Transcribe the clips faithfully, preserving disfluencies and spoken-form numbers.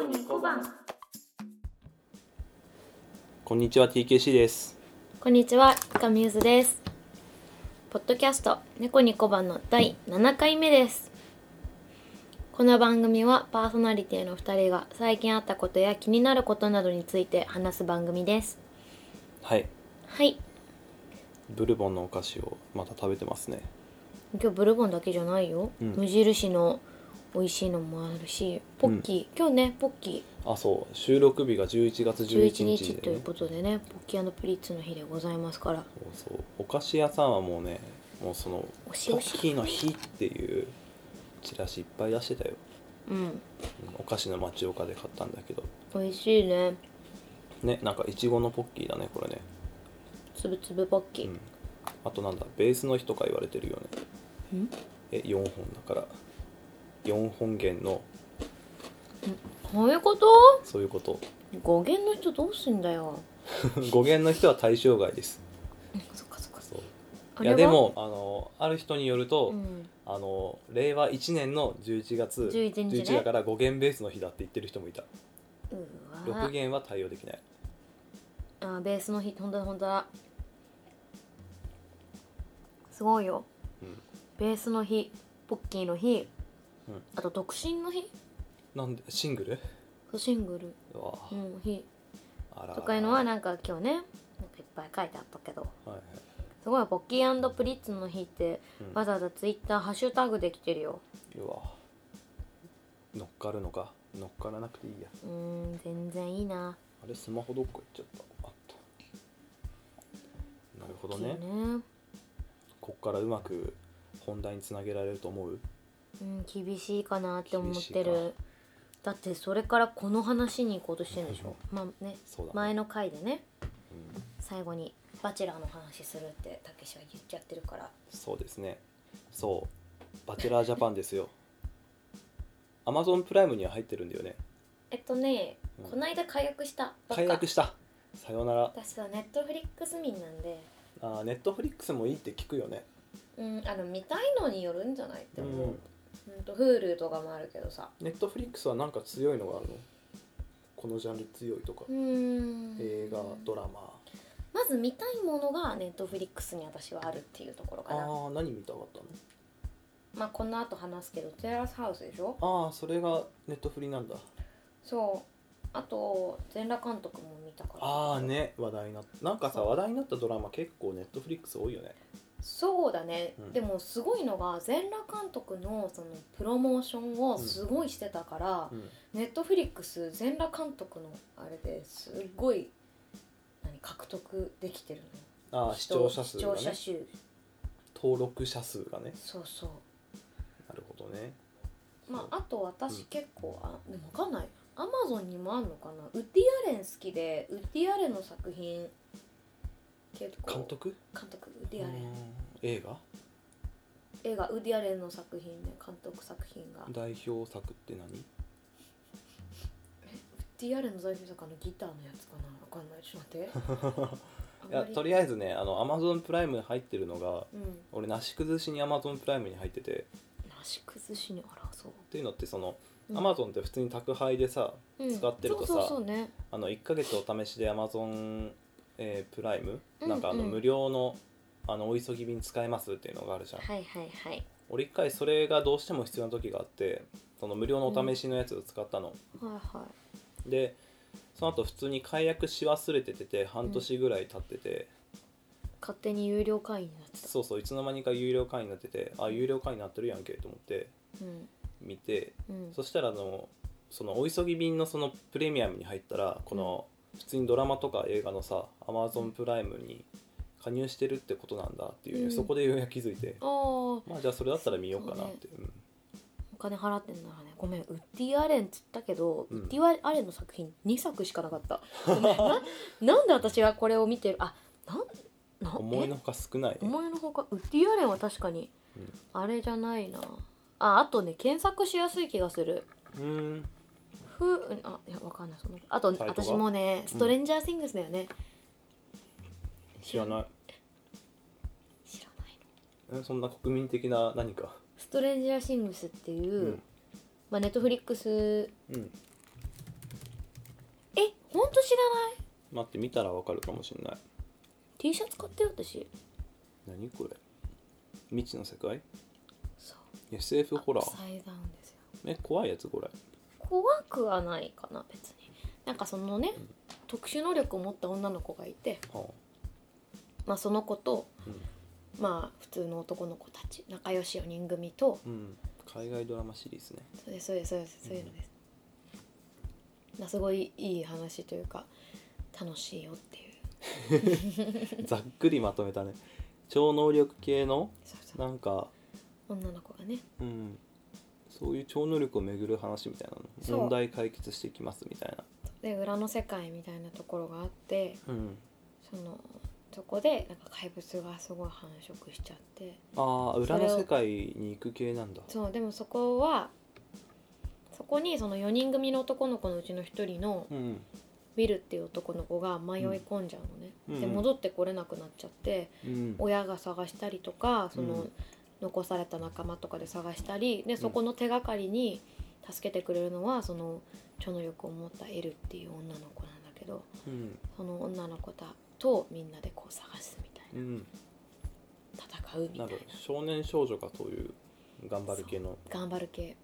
に小判。 こんにちは ティーケーシー です。 こんにちは、深見ゆずです。ポッドキャスト猫に小判のだいななかいめです。この番組はパーソナリティのふたりが最近あったことや気になることなどについて話す番組です。 はいはい、 ブルボンのお菓子をまた食べてますね。 今日ブルボンだけじゃないよ、 うん無印の美味しいのもあるし、ポッキー、うん、今日ねポッキーあそう収録日がじゅういちがつじゅういちにちで、ね、 じゅういちにちということでね、ポッキー&プリッツの日でございますから。 そうそうお菓子屋さんはもうねもうそのおしおしポッキーの日っていうチラシいっぱい出してたよ。 うんお菓子の町岡で買ったんだけど美味しいね。 ねなんかいちごのポッキーだねこれね。 つぶつぶポッキー、うん、 あとなんだベースの日とか言われてるよね。 んえよんほんだからよんほん弦のそういうことそういうことご弦の人どうすんだよご弦の人は対象外です。 そっかそっかそういやでもあのある人によると、うん、あの令和いちねんのじゅういちがつじゅういちにち、ね、 じゅういちだからご弦ベースの日だって言ってる人もいた。 うわろく弦は対応できない。 あベースの日ほんとだほんとだすごいよ、うん、ベースの日ポッキーの日、うん、あと独身の日なんでシングルシングルの日とかいうのはなんか今日ねなんかいっぱい書いてあったけど、はいはい、すごいポッキー&プリッツの日って、うん、わざわざツイッターハッシュタグできてるよ。 うわ乗っかるのか乗っからなくていいや。 うーん全然いいな。 あれスマホどっか行っちゃったあったなるほど ね, ねこっからうまく本題につなげられると思う？ うん厳しいかなって思ってる。だってそれからこの話に行こうとしてるんでしょまあ ね, ね前の回でね、うん、最後にバチェラーの話するってたけしは言っちゃってるから。 そうですねそうバチェラージャパンですよアマゾンプライムには入ってるんだよね。 えっとね、うん、この間解約した解約したさよなら。 私はネットフリックス民なんで。 あネットフリックスもいいって聞くよね。 うんあの見たいのによるんじゃないって思う、うんうんと Hulu とかもあるけどさ。 ネットフリックスはなんか強いのがあるの？このジャンル強いとか。うーん映画ドラマまず見たいものがネットフリックスに私はあるっていうところかな。 ああ何見たかったの？ まあこの後話すけどテラスハウスでしょ。 ああそれがネットフリなんだ。 そうあと全裸監督も見たから。 ああね話題になったなんかさ話題になったドラマ結構ネットフリックス多いよね。 そうだね、うん、でもすごいのが全裸監督のそのプロモーションをすごいしてたから、うん、ネットフリックス全裸監督のあれですごい何獲得できてるの。ああ視聴者数がね。 視聴者数登録者数がね。 そうそうなるほどね。 まああと私結構、うん、あでも分かんないアマゾンにもあんのかな。ウッディアレン好きでウッディアレンの作品結構監督監督ウッディアレン映画映画ウッディアレンの作品ね監督作品が代表作って何？ えウッディアレンの代表作のギターのやつかなわかんないちょっと待っていやとりあえずねあの Amazon プライムに入ってるのが、うん、俺なし崩しに Amazon プライムに入ってて。 なし崩しにあらそうっていうのってそのアマゾンって普通に宅配でさ、うん、使ってるとさ、あのいっかげつお試しで Amazon、えー、プライム、うんうん、なんかあの無料の、あのお急ぎ便使えますっていうのがあるじゃん。 はいはいはい。 俺一回それがどうしても必要な時があってその無料のお試しのやつを使ったの、 うん、はいはい。 でその後普通に解約し忘れててて半年ぐらい経ってて、うん、 勝手に有料会員になってた。 そうそういつの間にか有料会員になっててあ有料会員になってるやんけと思って、うん見て、うん、そしたらあのそのお急ぎ便のそのプレミアムに入ったらこの普通にドラマとか映画のさ Amazon プライムに加入してるってことなんだっていう、ねうん、そこでようやく気づいて、あまあじゃあそれだったら見ようかなって、ねうん、 お金払ってんならねごめんウッディアレンっつったけど、うん、ウッディアレンの作品にさくしかなかったごめんな, なんで私はこれを見てるあなんな思いのほか少ない、ね、 思いのほかウッディアレンは確かに、うん、あれじゃないなああとね検索しやすい気がする。うーんふあいやわかんないそのあと私もねストレンジャー・シングスだよね、 うん、知らない知らないのえそんな国民的な何かストレンジャー・シングスっていう、うんまあ、ネットフリックスほんと知らない。 待って見たらわかるかもしれない。 T シャツ買ったよ私。 何これ、未知の世界。 そうエスエフ ホラー。 アップサイダウンですよ。 え怖いやつこれ。 怖くはないかな別に。なんかそのね、うん、特殊能力を持った女の子がいて、はあ、まあその子と、うん、まあ普通の男の子たち仲良しよにん組と、 うん、海外ドラマシリーズね。 そうですそうですそうです、そういうのです、うん、すごいいい話というか楽しいよっていうざっくりまとめたね。超能力系のなんか女の子がね、 うん、そういう超能力をめぐる話みたいなの、問題解決していきますみたいなで裏の世界みたいなところがあって、 うん、 そのそこでなんか怪物がすごい繁殖しちゃって、 ああ裏の世界に行く系なんだ。 そうでもそこはそこにそのよにん組の男の子のうちのひとりのウィルっていう男の子が迷い込んじゃうのね、うん、で戻ってこれなくなっちゃって、うん、親が探したりとかその残された仲間とかで探したりでそこの手がかりに助けてくれるのはその超能力を持ったエルっていう女の子なんだけど、うん、その女の子とみんなでこう探すみたいな、うん、戦うみたいな。 なんか少年少女かという頑張る系の頑張る系。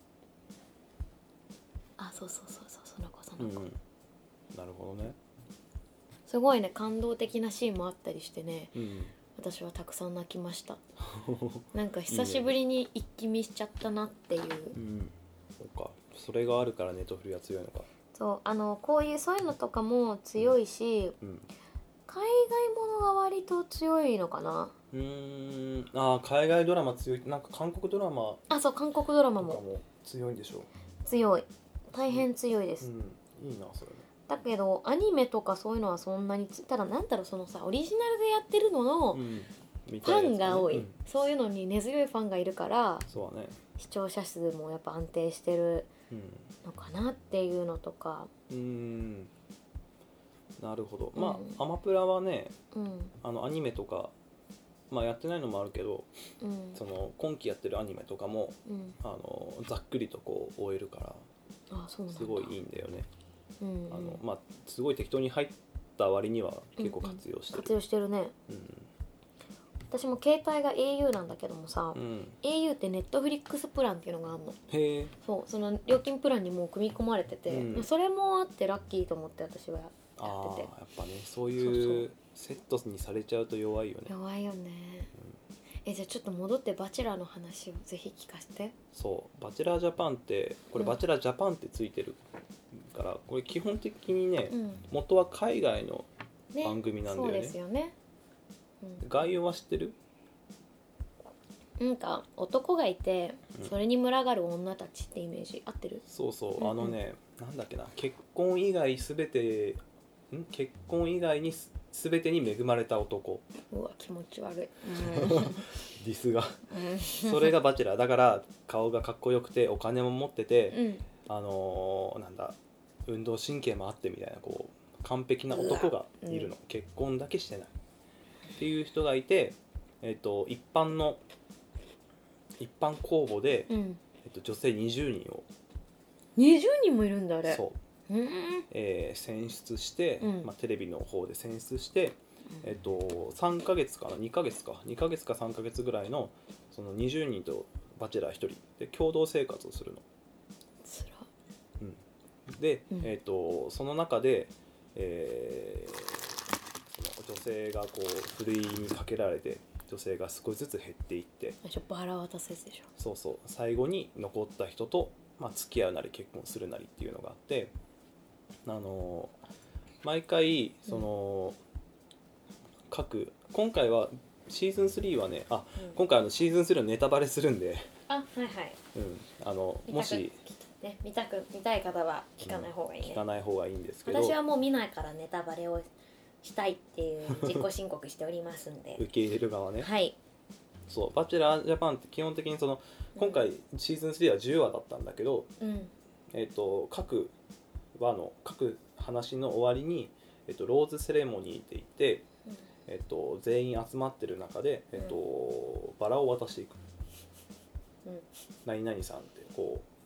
あそうそうそうそうその子その子、うん、 なるほどね。 すごいね感動的なシーンもあったりしてね、うん、私はたくさん泣きましたなんか久しぶりに一気見しちゃったなっていう。いいね、うん、 そうかそれがあるからネットフリは強いのか。 そうあのこういうそういうのとかも強いし、うんうん、海外ものが割と強いのかな。 うーんあ海外ドラマ強い。なんか韓国ドラマあそう韓国ドラマも強いんでしょ。 強い大変強いです、 うん、いいなそれね。 だけどアニメとかそういうのはそんなにただなんだろうそのさオリジナルでやってるのの、うん、ファンが多い、うん、そういうのに根強いファンがいるからそう、ね、 視聴者数もやっぱ安定してるのかなっていうのとか。 うーんなるほど、うん、まあアマプラはね、うん、あのアニメとか、まあ、やってないのもあるけど、うん、その今期やってるアニメとかも、うん、あのざっくりとこう終えるからあそうなんだすごいいいんだよね、うんうん、あのまあ、すごい適当に入った割には結構活用してる、うんうん、 活用してるね、うん、私も携帯が エーユー なんだけどもさ、うん、エーユー ってネットフリックスプランっていうのがあるの。 へそうその料金プランにもう組み込まれてて、うん、それもあってラッキーと思って私はやってて。 あやっぱねそういうセットにされちゃうと弱いよね。 弱いよね、うん、えじゃあちょっと戻ってバチェラーの話をぜひ聞かせて。 そうバチェラージャパンってこれバチェラージャパンってついてるから、うん、これ基本的にね、うん、元は海外の番組なんだよね。 そうですよね、 うん、概要は知ってる？ なんか男がいてそれに群がる女たちってイメージ合ってる？ そうそう、うんうん、あのねなんだっけな結婚以外すべてん結婚以外にすべてに恵まれた男。 うわ気持ち悪い、うん、 ディスがそれがバチェラーだから顔がかっこよくてお金も持ってて、うん、あのー、なんだ運動神経もあってみたいなこう完璧な男がいるの、うん、結婚だけしてないっていう人がいて、えーと、一般の一般公募で、うんえーと、女性にじゅうにんをにじゅうにんもいるんだあれ。 そううんえー、選出して、うんまあ、テレビの方で選出して、えっと、さんかげつかなにかげつかにかげつかさんかげつぐらいのそのにじゅうにんとバチェラーひとりで共同生活をするの。 つら、 うん、で、うんえっと、その中で、えー、その女性がこうふるいにかけられて女性が少しずつ減っていってバラ渡せずでしょ。 そうそう最後に残った人と、まあ、付き合うなり結婚するなりっていうのがあってあの毎回その、うん、各今回はシーズンスリーはねあ、うん、今回あのシーズンスリーのネタバレするんであはいはい、 うん、あのもし、 ね、見たく見たい方は聞かない方がいいね、 うん、聞かない方がいいんですけど私はもう見ないからネタバレをしたいっていう自己申告しておりますんで受け入れる側ね。 はいそうバチェラージャパンって基本的にその今回シーズンスリーはじゅうわだったんだけど、うんえー、と各話の各話の終わりに、えー、とローズセレモニーって言って、うんえー、と全員集まってる中で、えーとうん、バラを渡していく、うん、何々さんってこ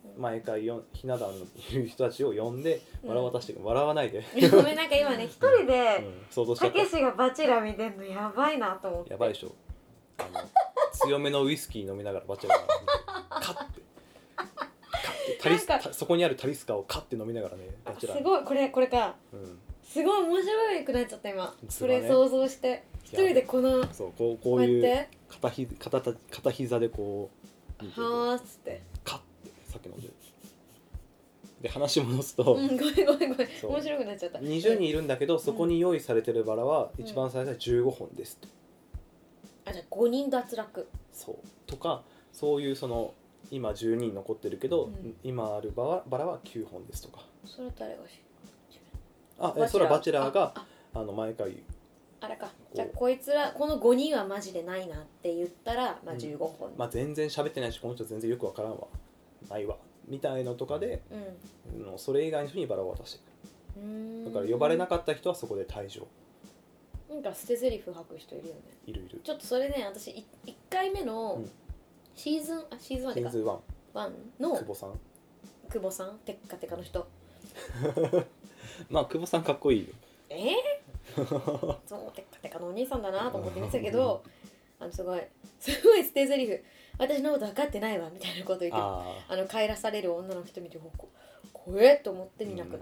毎回よひな壇にいる人たちを呼んで笑わたしてく、うん、笑わないでごめん、なんか今ね一人で、 うん、想像しちゃった。 たけしがバチェラー見てんのやばいなと思って。 やばいでしょ。あの強めのウイスキー飲みながらバチェラー見てカッてカッてタリスタそこにあるタリスカをカッて飲みながらねバチェラー。 すごいこれこれか、 うん、 すごい面白くなっちゃった今、ね、それ想像して一人でこのそうこうこういう片ひ片た片膝でこうはーっつってカッて酒飲んでで話戻すと、 うん、ごめんごめんごめん面白くなっちゃった。 にじゅうにんいるんだけど、うん、そこに用意されてるバラは一番最初はじゅうごほんですと、 うん、あじゃあごにん脱落そうとかそういうその今じゅうにん残ってるけど、うん、今あるバラ、バラはきゅうほんですとか。 それは誰がしあえそれはバチェラーが あ, あの毎回あれかじゃあこいつらこのごにんはマジでないなって言ったら、まあ、じゅうごほん、 うんまあ、全然喋ってないしこの人全然よくわからんわないわみたいのとかで、うん、それ以外の人にバラを渡してくる。うんだから呼ばれなかった人はそこで退場。 なんか捨て台詞吐く人いるよね。 いるいる。 ちょっとそれね私いっかいめのシーズン、うん、あシーズンワンでかシーズンワンワンの久保さん久保さんテッカテカの人まあ久保さんかっこいいよ。 えー、そうテッカテカのお兄さんだなと思って見てたけどあのすごいすごい捨て台詞私のこと分かってないわみたいなこと言ってああの帰らされる女の人見てこ怖えと思って見なくなった、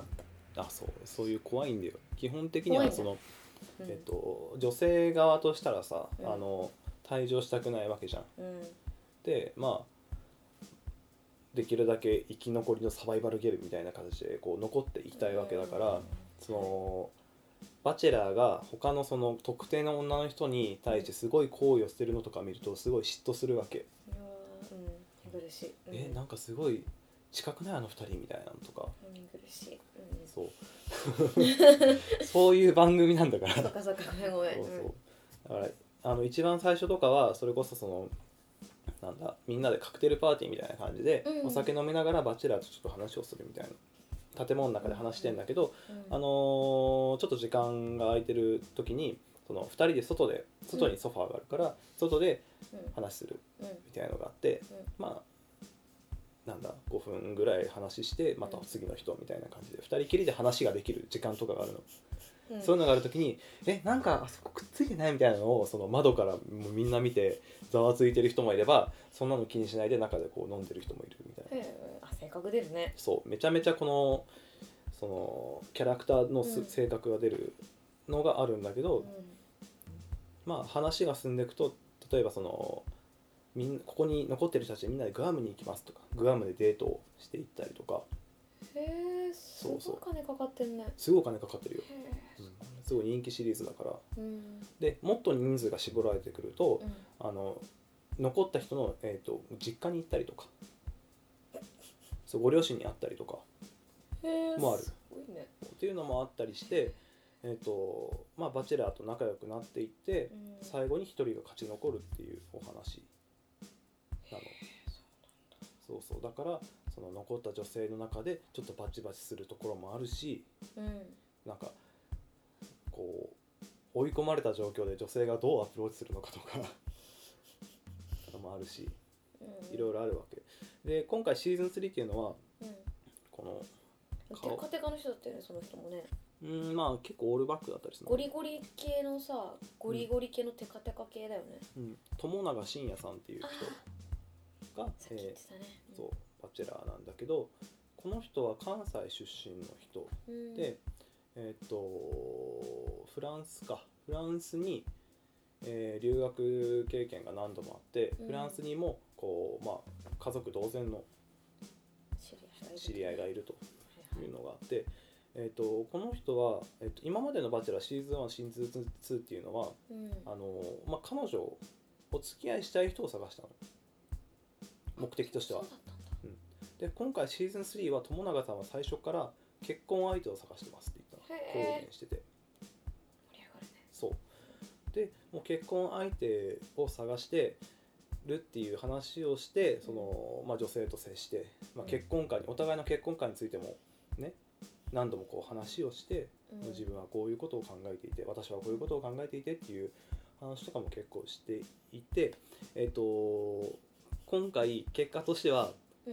うん、あそうそういう怖いんだよ基本的にはその、うんえっと、女性側としたらさ、うん、あの退場したくないわけじゃん、うん、でまあできるだけ生き残りのサバイバルゲームみたいな形でこう残っていきたいわけだから、うん、そのバチェラーが他のその特定の女の人に対してすごい好意を捨てるのとか見るとすごい嫉妬するわけ。 うん、苦しい、うん、 えなんかすごい近くないあのふたりみたいなのとか、 苦しい、うん、 そうそういう番組なんだからそっかそっかごめんごめんそうそうだからあの一番最初とかはそれこそそのなんだみんなでカクテルパーティーみたいな感じで、うん、お酒飲みながらバチェラーとちょっと話をするみたいな建物の中で話してんだけど、うん、あのー、ちょっと時間が空いてる時にそのふたりで外で外にソファーがあるから、うん、外で話するみたいなのがあって、うん、まあなんだごふんぐらい話してまた次の人みたいな感じでふたりきりで話ができる時間とかがあるの、うん、そういうのがある時にえなんかあそこくっついてないみたいなのをその窓からもうみんな見てざわついてる人もいればそんなの気にしないで中でこう飲んでる人もいるみたいな、 あ性格出るね。 そうめちゃめちゃこのそのキャラクターの、うん、性格が出るのがあるんだけど、うん、まあ話が進んでいくと例えばそのみんなここに残ってる人たちみんなでグアムに行きますとかグアムでデートをしていったりとか。 へえすごい金かかってんね。 すごい金かかってるよ、うん、すごい人気シリーズだから、うん、でもっと人数が絞られてくると、うん、あの残った人の、えーと、実家に行ったりとかそうご両親に会ったりとかもある、 すごいね、 っていうのもあったりして、えーとまあ、バチェラーと仲良くなっていって、うん、最後に一人が勝ち残るっていうお話なの。そうそうだからその残った女性の中でちょっとバチバチするところもあるし、うん、なんかこう追い込まれた状況で女性がどうアプローチするのかとかもあるし、いろいろあるわけで今回シーズンスリーっていうのは、うん、このテカテカの人だったよねその人もね。 うんまあ結構オールバックだったりするゴリゴリ系のさゴリゴリ系のテカテカ系だよね。 うん、友永信也さんっていう人が、 さっき言ってたね、 えー、そうバチェラーなんだけどこの人は関西出身の人、うん、でえっ、ー、とフランスかフランスに、えー、留学経験が何度もあって、うん、フランスにもこう、まあ、家族同然の知り合いがいるというのがあって、えー、とこの人は、えー、と今までのバチェラーシーズンワンシーズンツーっていうのは、うんあのまあ、彼女お付き合いしたい人を探したの目的としては。うん、で今回シーズンスリーは友永さんは最初から結婚相手を探してますって言ったの公言してて、 盛り上がるね。 そうでもう結婚相手を探してるっていう話をしてその、まあ、女性と接して、まあ、結婚観にお互いの結婚観についてもね何度もこう話をして、うん、自分はこういうことを考えていて私はこういうことを考えていてっていう話とかも結構していて、えーと、今回結果としては、うん、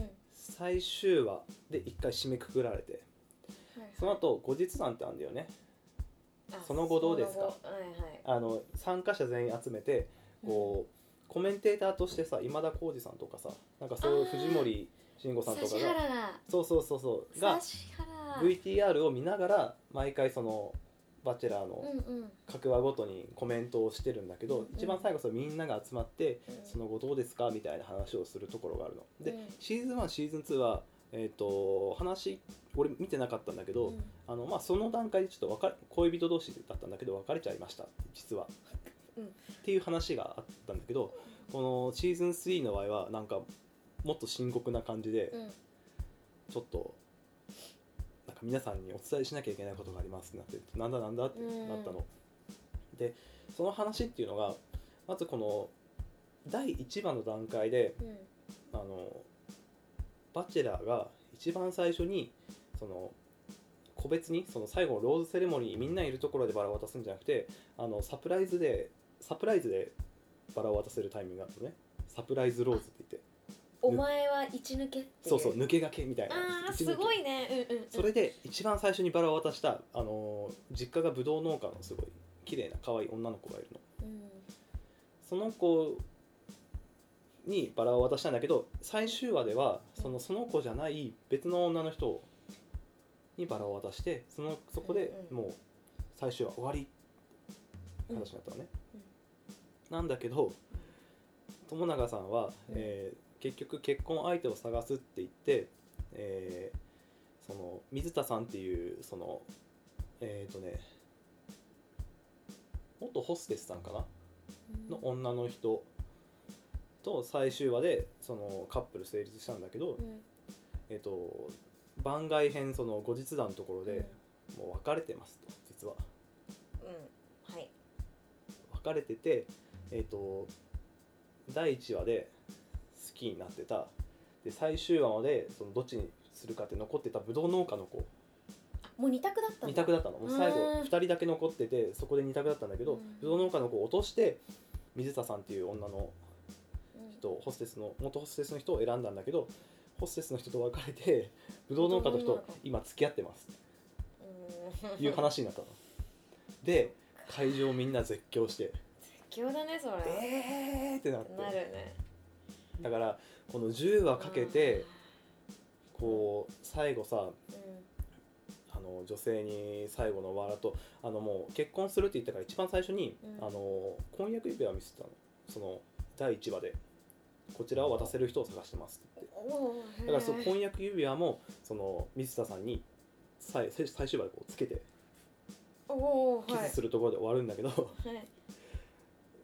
最終話で一回締めくくられて、はいはい、その後後日談ってあるんだよね。その後どうですか、はいはい、あの参加者全員集めてこう、うん、コメンテーターとしてさ今田耕司さんとかさなんかそういう藤森慎吾さんとかがそうそうそうそうが ブイティーアール を見ながら毎回そのバチェラーの各話ごとにコメントをしてるんだけど、うんうん、一番最後そのみんなが集まって、うん、その後どうですかみたいな話をするところがあるので、うん、シーズンワンシーズンツーは、えー、と話俺見てなかったんだけど、うん、あのまあ、その段階でちょっと別れ恋人同士だったんだけど別れちゃいました実は、うん、っていう話があったんだけど、このシーズンスリーの場合はなんかもっと深刻な感じで、うん、ちょっとなんか皆さんにお伝えしなきゃいけないことがありますってなってなんだなんだってなったの、うん、でその話っていうのがまずこのだいいちわの段階で、うん、あのバチェラーが一番最初にその個別にその最後のローズセレモニーみんないるところでバラを渡すんじゃなくてあのサプライズでサプライズでバラを渡せるタイミングがあるのね。サプライズローズって言ってお前は一抜けっていうそうそう抜けがけみたいなあすごいね、うんうんうん、 それで一番最初にバラを渡した、あのー、実家がブドウ農家のすごい綺麗な可愛い女の子がいるの、うん、その子にバラを渡したんだけど最終話ではその、その子じゃない別の女の人にバラを渡してそのそこでもう最終話終わりって話になったのね、うんうん、なんだけど友永さんは、うんえー結局結婚相手を探すって言って、えー、その水田さんっていうそのえっ、ー、とね元ホステスさんかな、うん、の女の人と最終話でそのカップル成立したんだけど、うん、えっ、ー、と番外編その後日談のところで、うん、もう別れてますと実は、 うんはい、 別れててえっ、ー、とだいいちわで好きになってたで最終話までそのどっちにするかって残ってたブドウ農家の子もうに択だったんだに択だったのもう最後ふたりだけ残っててそこでに択だったんだけどブドウ農家の子を落として水田さんっていう女の人、うん、ホステスの元ホステスの人を選んだんだけどホステスの人と別れてブドウ農家の人と今付き合ってますっていう話になったので会場みんな絶叫して絶叫だねそれえーってなってなるねだからこのじゅうわかけてこう最後さ、うん、あの女性に最後のバラとあのもう結婚するって言ったから一番最初に、うん、あの婚約指輪を見せてたのそのだいいちわでこちらを渡せる人を探してますって言ってだからその婚約指輪もその水田さんに 最, 最終話でこうつけてキスするところで終わるんだけど、はい、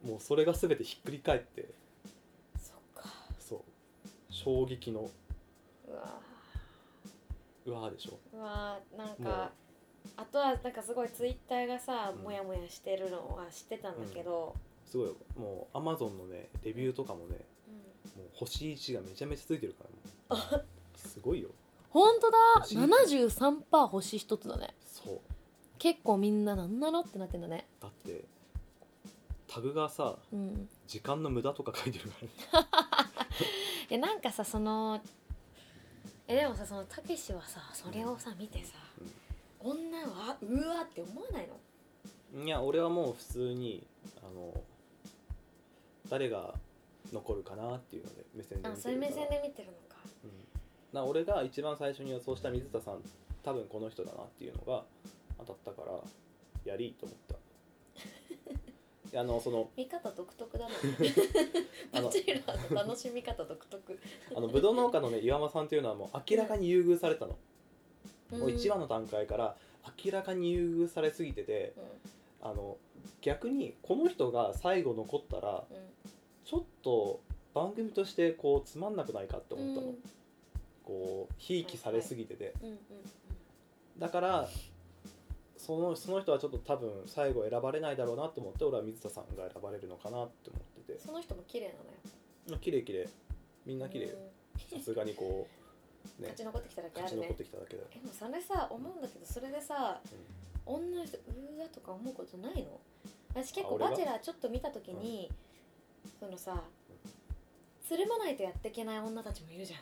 もうそれが全てひっくり返ってそう衝撃のうわうわでしょうわなんかあとはなんかすごいツイッターがさ、うん、モヤモヤしてるのは知ってたんだけど、 うん、すごいもうアマゾンのねレビューとかもね、うん、もう星いちがめちゃめちゃついてるからもうすごいよほんとだ ななじゅうさんパーセント 星ひとつだねそう結構みんななんなのってなってんだねだってタグがさ、うん、時間の無駄とか書いてるからねいやなんかさそのえでもさそのたけしはさそれをさ見てさ、うん、女はうわって思わないの？ いや俺はもう普通にあの誰が残るかなっていうので目線で見てるからあそういう目線で見てるのか、 うん、な俺が一番最初に予想した水田さん多分この人だなっていうのが当たったからやりと思ったあのその見方独特だねバチェラーの楽しみ方独特あのブドウ農家のね岩間さんっていうのはもう明らかに優遇されたの、うん、もういちわの段階から明らかに優遇されすぎてて、うん、あの逆にこの人が最後残ったら、うん、ちょっと番組としてこうつまんなくないかって思ったの、うん、こうひいきされすぎてて、はいはいうんうん、だからその、その人はちょっと多分最後選ばれないだろうなと思って俺は水田さんが選ばれるのかなって思っててその人も綺麗なのよ綺麗綺麗みんな綺麗さすがにこう、ね、勝ち残ってきただけあるね勝ち残ってきただけだよでもそれさ思うんだけどそれでさ、うん、女の人うわとか思うことないの？私結構バチェラーちょっと見た時に、うん、そのさつるまないとやっていけない女たちもいるじゃん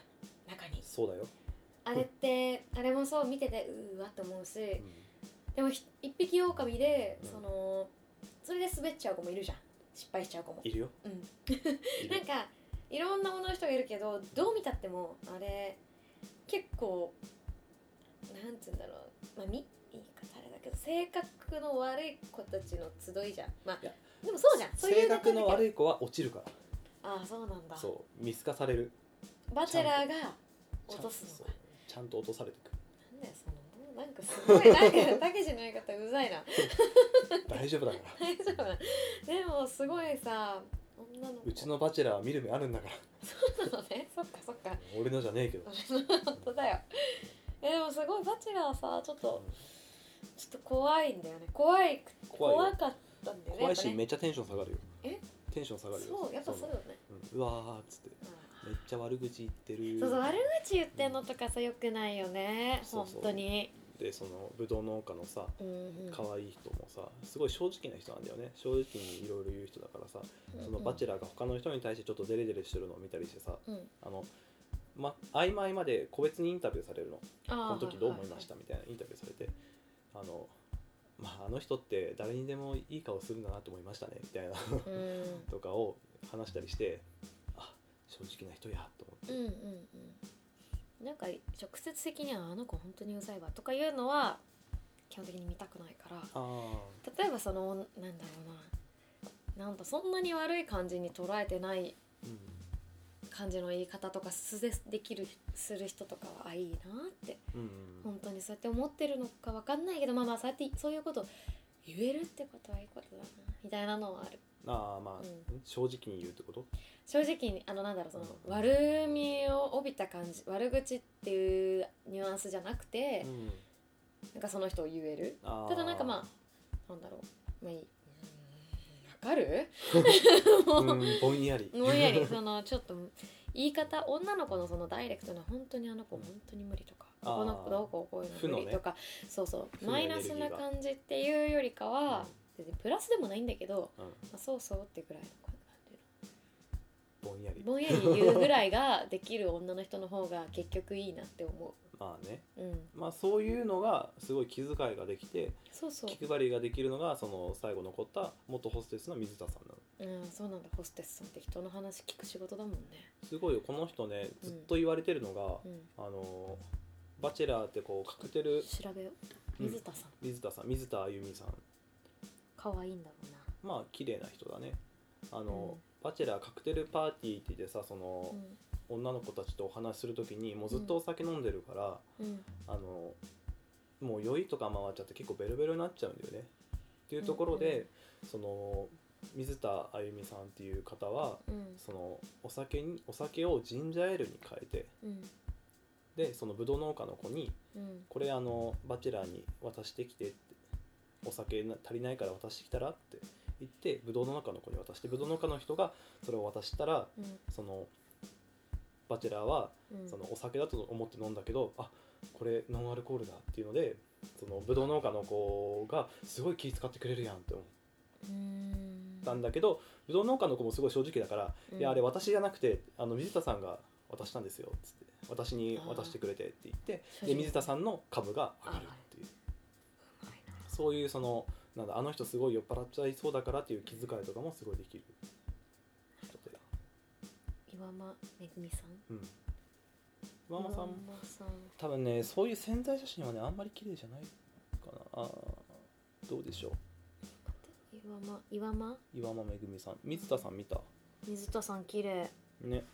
中に。 そうだよ。 あれってあれもそう見ててうーわって思うし、 うん、 でも一匹狼で、 うん、 そのそれで滑っちゃう子もいるじゃん、失敗しちゃう子もいるよ、 うん、 いるなんかいろんな女の人がいるけど、どう見たってもあれ結構なんつうんだろう、まあみ言い方あれだけど性格の悪い子たちの集いじゃん。まあでもそうじゃん、そういう性格の悪い子は落ちるから。 ああそうなんだ。 そう見透かされる。 バチェラーが落とすのか。 ちゃんと落とされてくる。 なんだよそのなんかすごいなんかたけしの言い方うざいな大丈夫だから大丈夫だ。でもすごいさ、女の子うちのバチェラーは見る目あるんだからそうなのね。そっかそっか俺のじゃねえけど本当だよ。えでもすごいバチェラーさちょっと、うん、ちょっと怖いんだよね。怖い怖かったんだよね。 怖いし、 ね、 めっちゃテンション下がるよ。 えテンション下がるよ。 そうやっぱそうよね。 う, うん、うわーっつって、うん、めっちゃ悪口言ってる。 そうそう悪口言ってんのとかさよくないよね、うん、本当に。 でそのブドウ農家のさ、 うんうん、 可愛い人もさすごい正直な人なんだよね。正直にいろいろ言う人だからさ、うんうん、そのバチェラーが他の人に対してちょっとデレデレしてるのを見たりしてさ、うん、あのま、合間合間で個別にインタビューされるの。この時どう思いましたみたいなインタビューされて、あのまあ、あの人って誰にでもいい顔するんだなと思いましたねみたいなとかを話したりして、あ正直な人やと思って、 うんうんうん、なんか直接的にはあの子本当にうざいわとかいうのは基本的に見たくないから、 あ例えばそのなんだろうな、なんだそんなに悪い感じに捉えてない感じの言い方とか素でできるする人とかはあいいなって、うんうん、本当にそうやって思ってるのか分かんないけど、まあまあそうやってそういうこと言えるってことはいいことだなみたいなのはある。 ああまあ、うん、正直に言うってこと？ 正直にあのなんだろうその悪みを帯びた感じ、悪口っていうニュアンスじゃなくて、うん、なんかその人を言える。ただなんかまあなんだろう、まあいい。わかる？ うんぼんやりぼんやりそのちょっと言い方、女の子のそのダイレクトな本当にあの子本当に無理とか、ここの子どうこうこういうの無理とか、ね、そうそうマイナスな感じっていうよりかは、うん、プラスでもないんだけど、うんまあ、そうそうってぐらいの感じぼんやりぼんやり言うぐらいができる女の人の方が結局いいなって思う。 まあね、 うん、 まあそういうのがすごい気遣いができて、 そうそう気配りができるのがその最後残った元ホステスの水田さんなの。うん、そうなんだ。ホステスさんって人の話聞く仕事だもんね。 すごいよこの人ね、ずっと言われてるのが、うん、あのバチェラーってこうカクテル調べよう。水田さん、 うん、水田さん水田あゆみさん、 可愛いんだろうな。 まあ綺麗な人だね。あの、うん、バチェラーカクテルパーティーって言ってさ、その、うん女の子たちとお話しするときにもうずっとお酒飲んでるから、うん、あのもう酔いとか回っちゃって結構ベロベロになっちゃうんだよねっていうところで、うんうん、その水田あゆみさんっていう方は、うん、そのお酒にお酒をジンジャーエールに変えて、うん、でそのブドウ農家の子に、うん、これあのバチェラーに渡してきてって、お酒足りないから渡してきたらって言ってブドウ農家の子に渡して、ブドウ農家の人がそれを渡したら、うん、そのバチェラーはそのお酒だと思って飲んだけど、うん、あこれノンアルコールだっていうので、そのブドウ農家の子がすごい気遣ってくれるやんって思ったんだけど、ブドウ農家の子もすごい正直だから、うん、いやあれ私じゃなくてあの水田さんが渡したんですよっつって、私に渡してくれてって言って、で水田さんの株が上がるっていう、そういうそのなんだあの人すごい酔っ払っちゃいそうだからっていう気遣いとかもすごいできる人で。 岩間めぐみさん、うん、 岩間さん多分ねそういう宣材写真はねあんまり綺麗じゃないかな。あどうでしょう。岩間岩間岩間めぐみさん、水田さん見た？ 水田さん綺麗ね。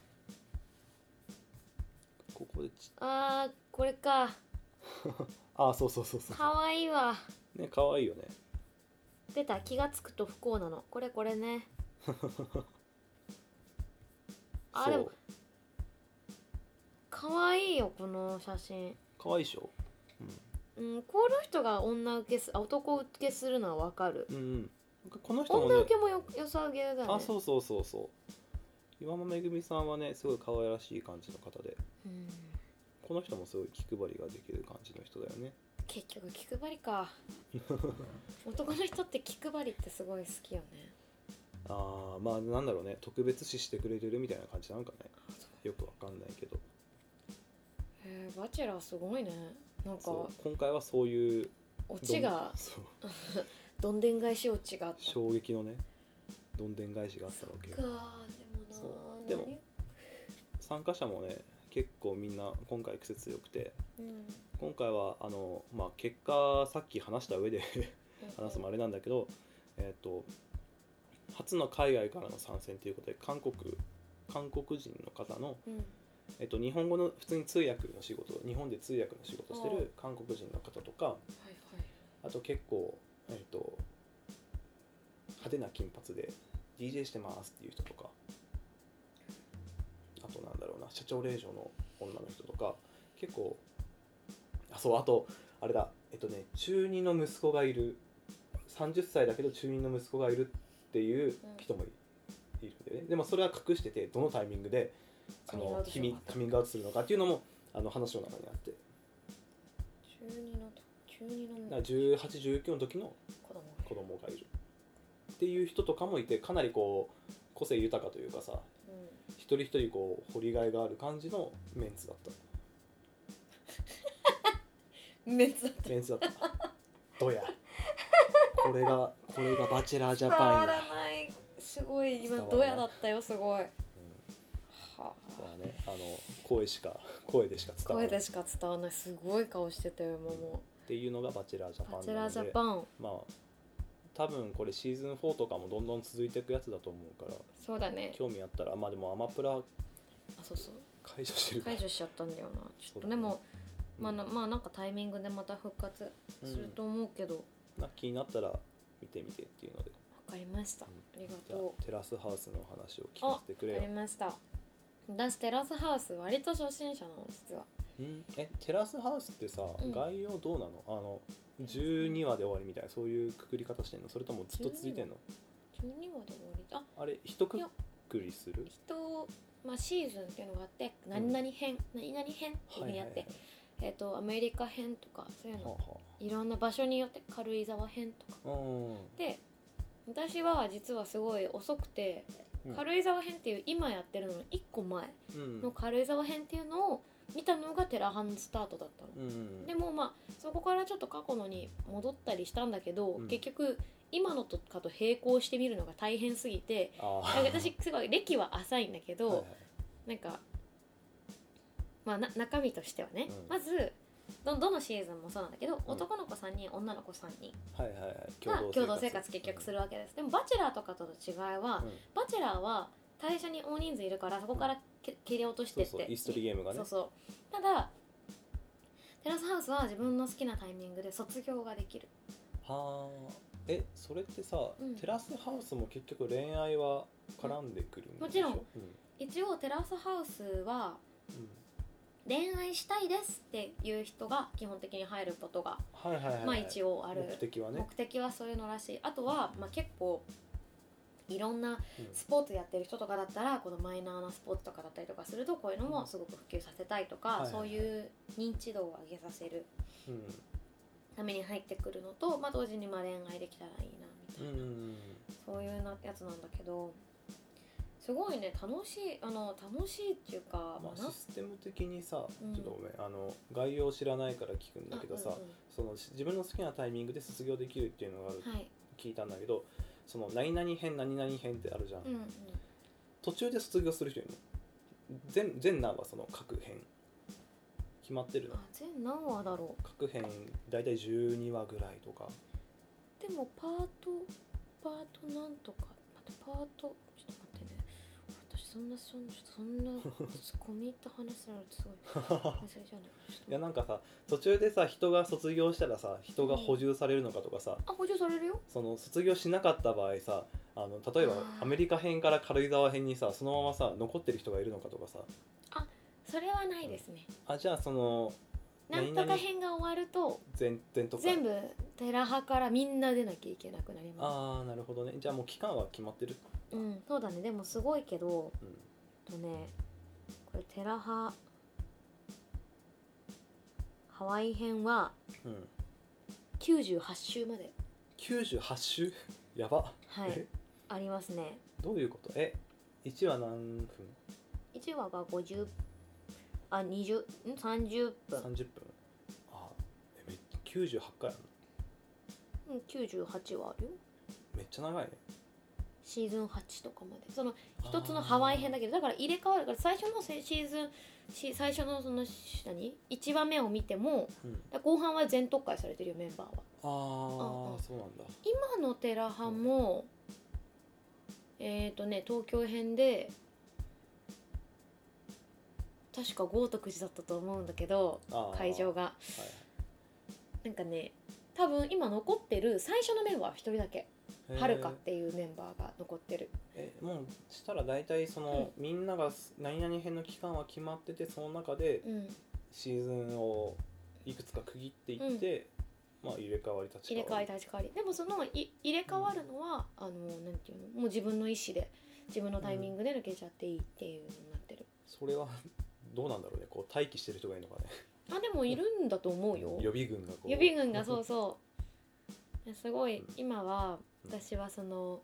ここでちあーこれかあそうそうそうそうかわいいわね、かわいいよね。 出た、気がつくと不幸なの、これこれねあでもかわいいよこの写真。 かわいいでしょ、 うんうん、この人が女受けす男受けするのはわかる、 うんうん、この人も、ね、 女受けもよ良さげだね。 あそうそうそうそう、岩間めぐみさんはねすごい可愛らしい感じの方で、うん、この人もすごい気配りができる感じの人だよね。 結局気配りか男の人って気配りってすごい好きよね。 ああまあなんだろうね、特別視してくれてるみたいな感じなんかね、よくわかんないけど。 へーバチェラーすごいね。なんか今回はそういうオチがどんでん返しオチがあった。 衝撃のねどんでん返しがあったわけよ。 かでもなそうでも参加者もね結構みんな今回癖強くて、うん、今回はあの、まあ、結果さっき話した上で話すもあれなんだけど、えーと、初の海外からの参戦ということで韓国韓国人の方の、うんえーと、日本語の普通に通訳の仕事日本で通訳の仕事をしてる韓国人の方とか、はいはい、あと結構、えーと、派手な金髪で ディージェー してますっていう人とか、あとなんだろうな社長令嬢の女の人とか結構あそうあとあれだえっとね中にの息子がいるさんじゅっさいだけど中にの息子がいるっていう人も い,、うん、いるんでね。でもそれは隠しててどのタイミングでそのカミングアウトするのかっていうのもあの話の中にあって中にの中にのじゅうはち、じゅうきゅうの時の子供がいるっていう人とかもいてかなりこう個性豊かというかさ、うん、一人一人こう掘りがいがある感じのメンツだったメンツだったメンツだったどうやこれがこれがバチェラージャパンや伝わらないすごい今どやだったよすごい、うん、はあね、あの声しか声でしか伝わらない声でしか伝わらないすごい顔してたよ今もっていうのがバチェラージャパンなのでバチェラージャパンまあ多分これシーズンフォーとかもどんどん続いていくやつだと思うからそうだね興味あったらまあでもアマプラあそうそう解除してる解除しちゃったんだよなちょっとでも、うん、まあなまあなんかタイミングでまた復活すると思うけど、 うん、気になったら見てみてっていうのでわかりました、うん、ありがとうテラスハウスの話を聞かせてくれよ。 わかりました。私テラスハウス割と初心者なの実は。 んえテラスハウスってさ、うん、概要どうなの？あのじゅうにわで終わりみたいなそういうくくり方してんの？それともずっと続いてんの？ じゅうにわで終わりああれ一くくりする？ 人まあシーズンっていうのがあって何々編、うん、何々編っていうふうにやって、はいはいはいえー、とアメリカ編とかそういうの、はあはあ、いろんな場所によって軽井沢編とかで私は実はすごい遅くて、うん、軽井沢編っていう今やってるののいっこまえの軽井沢編っていうのを見たのがテラハンスタートだったの、うん、でもまあそこからちょっと過去のに戻ったりしたんだけど、うん、結局今のとかと並行してみるのが大変すぎて私すごい歴は浅いんだけど、はいはい、なんかまあ、な中身としてはね、うん、まず ど, どのシーズンもそうなんだけど、うん、男の子さんにん女の子さんにんが共同生活結局するわけです、うん、でもバチェラーとかとの違いは、うん、バチェラーは最初に大人数いるからそこから切り落としてって、 そうそうイーストリーゲームがねそうそうただテラスハウスは自分の好きなタイミングで卒業ができる。 はあえそれってさ、うん、テラスハウスも結局恋愛は絡んでくるんでしょ、うん、 もちろん、うん、一応テラスハウスは、うん恋愛したいですっていう人が基本的に入ることが、はいはいはいはい、まあ一応ある目的はね目的はそういうのらしい。あとは、まあ、結構いろんなスポーツやってる人とかだったら、うん、このマイナーなスポーツとかだったりとかするとこういうのもすごく普及させたいとか、うん、そういう認知度を上げさせるために入ってくるのと、まあ、同時にまあ恋愛できたらいいなみたいな、うん、そういうなやつなんだけどすごいね楽しいあの楽しいっていうか、 まあ、システム的にさ、うん、ちょっとごめんあの概要知らないから聞くんだけどさ、うんうん、その自分の好きなタイミングで卒業できるっていうのがある、はい、聞いたんだけどその何々編何々編ってあるじゃん、うんうん、途中で卒業する人いるの？全全何話その各編決まってるの？ あ全何話だろう各編だいたいじゅうにわぐらいとかでもパートパートなんとかパートちょっと待ってねそんなそんなそんな込み入った話するのってすごい忘れちゃうねいやなんかさ途中でさ人が卒業したらさ人が補充されるのかとかさ、 うん、あ補充されるよその卒業しなかった場合さあの例えばアメリカ編から軽井沢編にさそのままさ残ってる人がいるのかとかさあそれはないですね、 うん、あじゃあそのなんとか編が終わると全, 全, とか全部テラ派からみんな出なきゃいけなくなります。 ああなるほどね。じゃあもう期間は決まってる。 うんそうだね。でもすごいけど、うん、とねこれテラ派ハワイ編は、うん、きゅうじゅうはち週まできゅうじゅうはち週やばはいありますね。 どういうこと？えいちわ何分？ いちわがごじゅうあにじゅうんさんじゅっぷんさんじゅっぷんあえめきゅうじゅうはちかいあるのうんきゅうじゅうはちはあるよめっちゃ長いねシーズンはちとかまでその一つのハワイ編だけどだから入れ替わるから最初のシーズンし最初のその何いちわめを見ても、 うん、 後半は全特化されてるよメンバーはああ、 うんうん、 そうなんだ今のテラハもえっ、ー、とね東京編で確か豪徳寺だったと思うんだけど会場が、はい、なんかね多分今残ってる最初のメンバーはひとりだけはるかっていうメンバーが残ってるえもうしたら大体その、うん、みんなが何々編の期間は決まっててその中でシーズンをいくつか区切っていって、うん、まあ入れ替わり立ち替わり入れ替わり立ち替わりでもそのい入れ替わるのは、うん、あのなんていうのもう自分の意思で自分のタイミングで抜けちゃっていいっていうのになってる、 うん、それはどうなんだろうねこう待機してる人がいるのかねあでもいるんだと思うよ予備軍がこう予備軍がそうそうすごい、うん、今は私はその、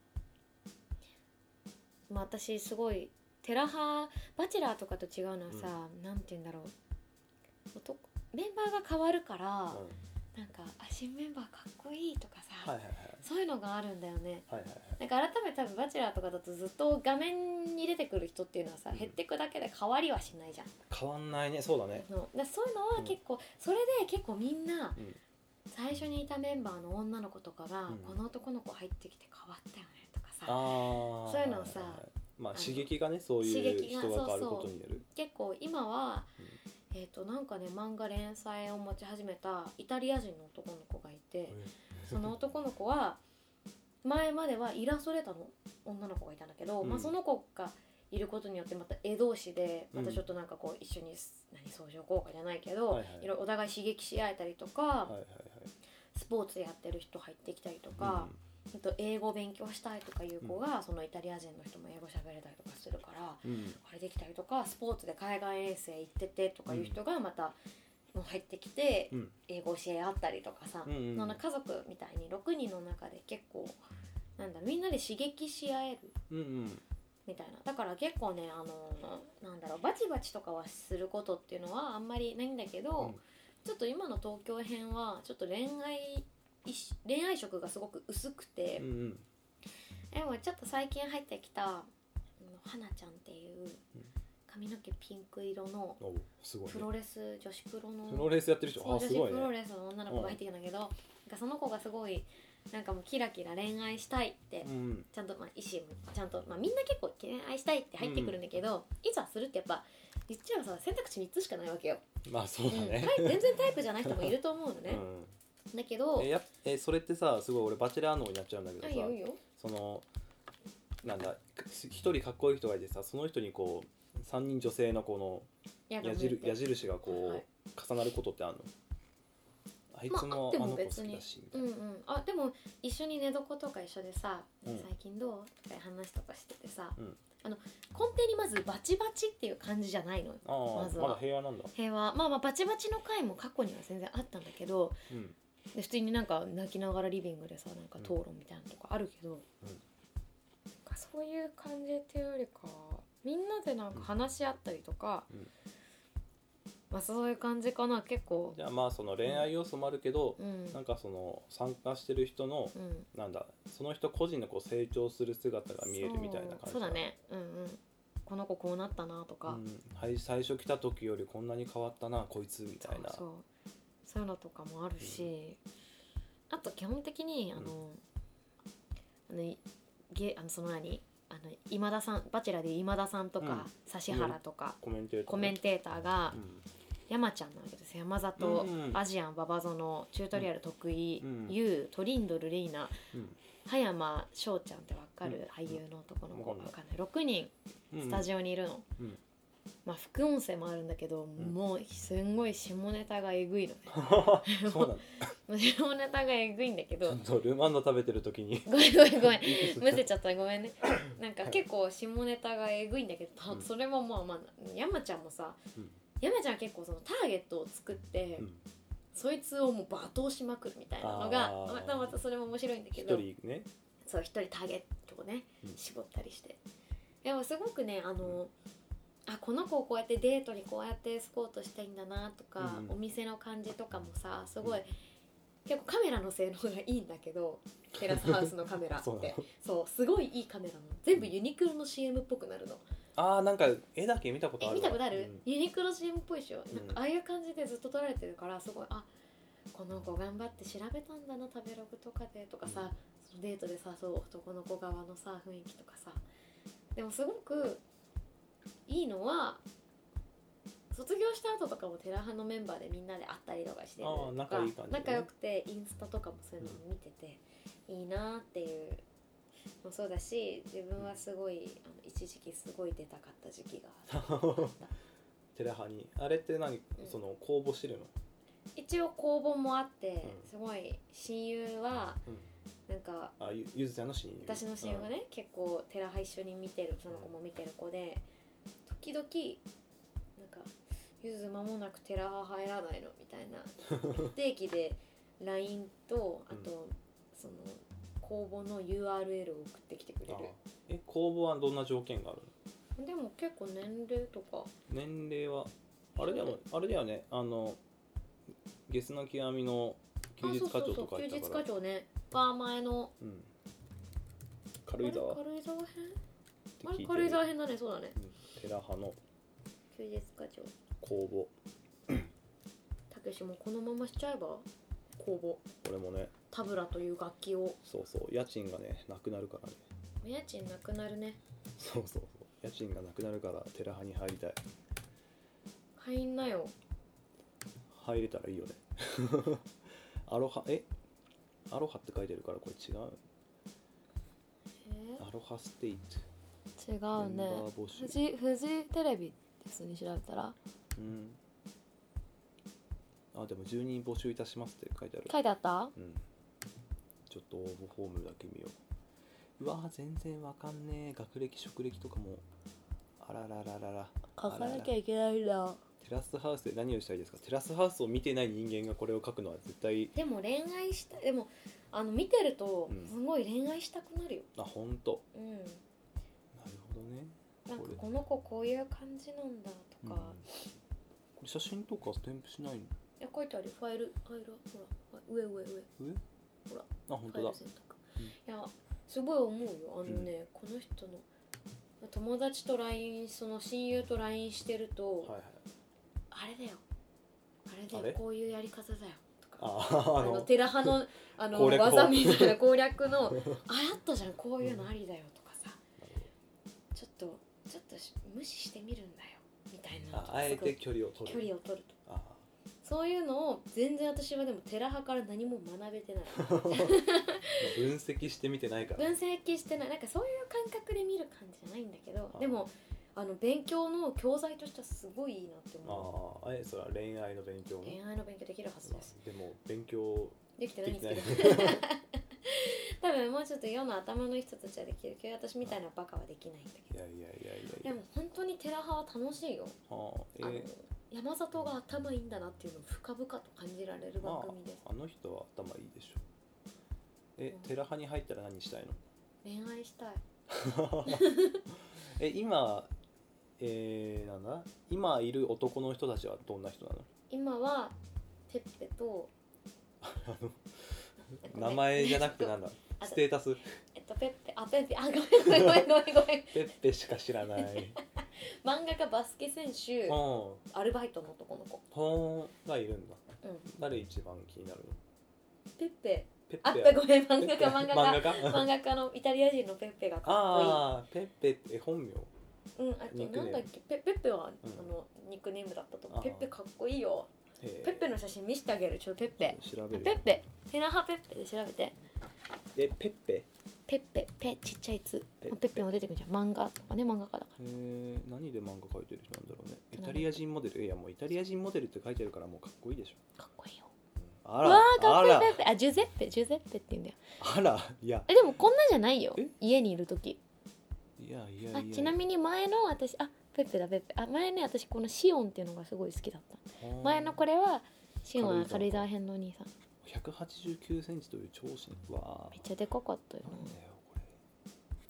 まあ、私すごいテラハバチェラーとかと違うのはさ、うん、なんて言うんだろうメンバーが変わるから、うん、なんかあ新メンバーかっこいいとかさ、はいはいはい、そういうのがあるんだよね、はいはいはい、なんか改めて多分バチェラーとかだとずっと画面に出てくる人っていうのはさ、うん、減ってくだけで変わりはしないじゃん変わんないねそうだねのだそういうのは結構、うん、それで結構みんな、うん最初にいたメンバーの女の子とかが、うん、この男の子入ってきて変わったよねとかさそういうのをさ、はいはい、 まあ、刺激がねそういう人が変わることになる結構今は、うん、えーとなんかね漫画連載を持ち始めたイタリア人の男の子がいてその男の子は前まではイラストレーターの女の子がいたんだけど、うんまあ、その子がいることによってまた絵同士でまたちょっとなんかこう一緒に何相乗効果じゃないけど、はいはい、いろお互い刺激し合えたりとか、はいはいはい、スポーツやってる人入ってきたりとか、うん、と英語勉強したいとかいう子が、うん、そのイタリア人の人も英語喋れたりとかするから、うん、これできたりとかスポーツで海外遠征行っててとかいう人がまた入ってきて、うん、英語教え合ったりとかさ、うんうん、その家族みたいにろくにんの中で結構なんだみんなで刺激し合える、うんうんみたいなだから結構ねあのなんだろうバチバチとかはすることっていうのはあんまりないんだけど、うん、ちょっと今の東京編はちょっと恋愛恋愛色がすごく薄くて、うんうん、でもちょっと最近入ってきたはなちゃんっていう髪の毛ピンク色のプロレス女子プロのプロレスやってる人女子プロレスの女の子が入ってきたんだけど、なんかその子がすごいなんかもうキラキラ恋愛したいって、うん、ちゃんとまあ意思ちゃんと、まあ、みんな結構恋愛したいって入ってくるんだけど、うん、いざするってやっぱ言っちゃえばさ選択肢みっつしかないわけよ。 まあそうだね、 うん、全然タイプじゃない人もいると思うのね、うん、だけどえやえそれってさすごい俺バチェラー脳になっちゃうんだけどさ、 いいよいいよそのなんだ一人かっこいい人がいてさその人にこうさんにん女性のこの矢印矢印がこう、はい、重なることってあるの？あいつもあの子好きだしみたいな、 うんうん、あでも一緒に寝床とか一緒でさ、うん、最近どうとか話とかしててさ、うん、あの根底にまずバチバチっていう感じじゃないの。 あまずはまだ平和なんだ。 平和まあまあバチバチの回も過去には全然あったんだけど、うん、で普通になんか泣きながらリビングでさなんか討論みたいなとかあるけど、うん、そういう感じっていうよりかみんなでなんか話し合ったりとか、うんまあ、そういう感じかな結構。 じゃあまあその恋愛要素もあるけど、うん、なんかその参加してる人の、うん、なんだその人個人のこう成長する姿が見えるみたいな感じ。 そうだね、うんうん、この子こうなったなとか、うん、 はい、最初来た時よりこんなに変わったなこいつみたいな。 そうそう、そういうのとかもあるし、うん、あと基本的にあの、うん、あのゲあのその何あの今田さんバチェラーで今田さんとか、うん、指原とか、 コメンテーター、 コメンテーターが、うん、山ちゃんなわけですよ。山里、うんうん、アジアン、馬場園、チュートリアル得意、うん、ユウ、トリンドル、レイナ、うん、葉山翔ちゃんって分かる、うん、俳優の男の子、分かんないろくにんスタジオにいるの、うんうんまあ、副音声もあるんだけど、うん、もうすんごい下ネタがえぐいのねそうなの下ネタがえぐいんだけどちょっとルマンド食べてる時にごめんごめんごめんむせちゃったごめんねなんか結構下ネタがえぐいんだけど、うん、それもまあまあ山ちゃんもさ、うん、山ちゃんは結構そのターゲットを作って、うん、そいつをもう罵倒しまくるみたいなのがまたまたそれも面白いんだけど一人ねそう一人ターゲットをね、うん、絞ったりしてでもすごくねあの、 あこの子をこうやってデートにこうやってエスコートしたいんだなとか、うん、お店の感じとかもさすごい、うん、結構カメラの性能がいいんだけどテラスハウスのカメラってそうすごいいいカメラなの全部ユニクロの シーエム っぽくなるの。 あーなんか絵だけ見たことある見たことある、うん、ユニクロ シーエム っぽいでしょ、うん、なんかああいう感じでずっと撮られてるからすごいあこの子頑張って調べたんだな食べログとかでとかさ、うん、そのデートでさそう男の子側のさ雰囲気とかさでもすごくいいのは卒業した後とかもテラハのメンバーでみんなで会ったりとかしてるあ仲いい感じ、ね、 仲良くてインスタとかもそういうの見てて、うん、いいなっていうもそうだし自分はすごいあの一時期すごい出たかった時期があったテラハにあれって何、うん、その公募してるの一応公募もあって、うん、すごい親友は、うんなんかあ ゆ, ゆずちゃんの親友私の親友がね、うん、結構テラハ一緒に見てるその子も見てる子で時々なんかゆず間もなくテラハ入らないのみたいな不定期で ライン とあと、うん、その公募の ユーアールエル を送ってきてくれる。 え公募はどんな条件があるの？でも結構年齢とか年齢はあれだよあれだよねあのゲスの極みの休日課長とか休日課長ねが前の、 うん、軽井沢軽井沢編あれ軽井沢編だねそうだね、 うん、テラハの休日課長公募たけしもこのまましちゃえば公募俺もねタブラという楽器をそうそう家賃がねなくなるからね家賃なくなるねそうそうそう家賃がなくなるからテラハに入りたい入んなよ入れたらいいよねアロハえアロハって書いてるからこれ違うえアロハステイト違うねフジフジテレビですね調べたらうんあでもじゅうにん募集いたしますって書いてある書いてあったうんちょっと応募フォームだけ見よううわ全然わかんねえ学歴職歴とかもあららららら書かなきゃいけないんだテラスハウスで何をしたいですかテラスハウスを見てない人間がこれを書くのは絶対でも恋愛したでもあの見てるとすごい恋愛したくなるよ、 うん、あ本当うんなるほどねなんかこの子こういう感じなんだとか、うん、これ写真とか添付しないのいや書いてあるファイルファイルほら上上上上ほらあ本当だ、 うん、いやすごい思うよあのね、うん、この人の友達と ライン その親友と ライン してると、はいはい、あれだよあれでこういうやり方だよとかああのテラハのあの技みたいな攻略のあやったじゃんこういうのありだよとかさ、うん、ちょっとちょっと無視してみるんだよみたいなあ, あえて距離を取る距離を取るとあそういうのを全然私はでもテラハから何も学べてない分析してみてないから分析してないなんかそういう感覚で見る感じじゃないんだけどでもあの勉強の教材としてはすごいいいなって思うああえそれは恋愛の勉強恋愛の勉強できるはずです、 まあ、でも勉強できてないんですけど多分もうちょっと世の頭の人たちはできるけど私みたいなバカはできないんだけどいやいやいやいやでも本当にテラハは楽しいよあ、えー、あの山里が頭いいんだなっていうのを深々と感じられる番組です、 まあ、あの人は頭いいでしょえ、うん、テラハに入ったら何したいの恋愛したいえ今えー、なんだ今いる男の人たちはどんな人なの今はペッペと名前じゃなくてなんだステータスえっとペッペあペッペあごめんごめんごめんごめんごめんペッペしか知らない漫画家バスケ選手アルバイトの男の子ほーがいるんだ、 うん、 誰一番気になるのペッペペッペあっごめん漫画家漫画家漫画家のイタリア人のペッペがかっこいいああペッペって本名うん、あとなんだっけペペッペは、うん、あのニックネームだったと思うペッペかっこいいよペッペの写真見せてあげるちょっとペッペ調べるペッペテラハペッペで調べてえペッペペッペペちっちゃいつペッペ, ペッペも出てくるじゃん漫画とかね漫画家だからへえ何で漫画描いてる人なんだろうねイタリア人モデルいやもうイタリア人モデルって書いてるからもうかっこいいでしょかっこいいよ、 うん、あらわーかっこいいペッペあジュゼッペジュゼッペって言うんだよあらいやえでもこんなんじゃないよ家にいる時いやいやいやあちなみに前の私あペッペだペッペあ前ね私このシオンっていうのがすごい好きだった前のこれはシオンは軽井沢編のお兄さんひゃくはちじゅうきゅうセンチという長身はめっちゃでかかったよなんだよこれやば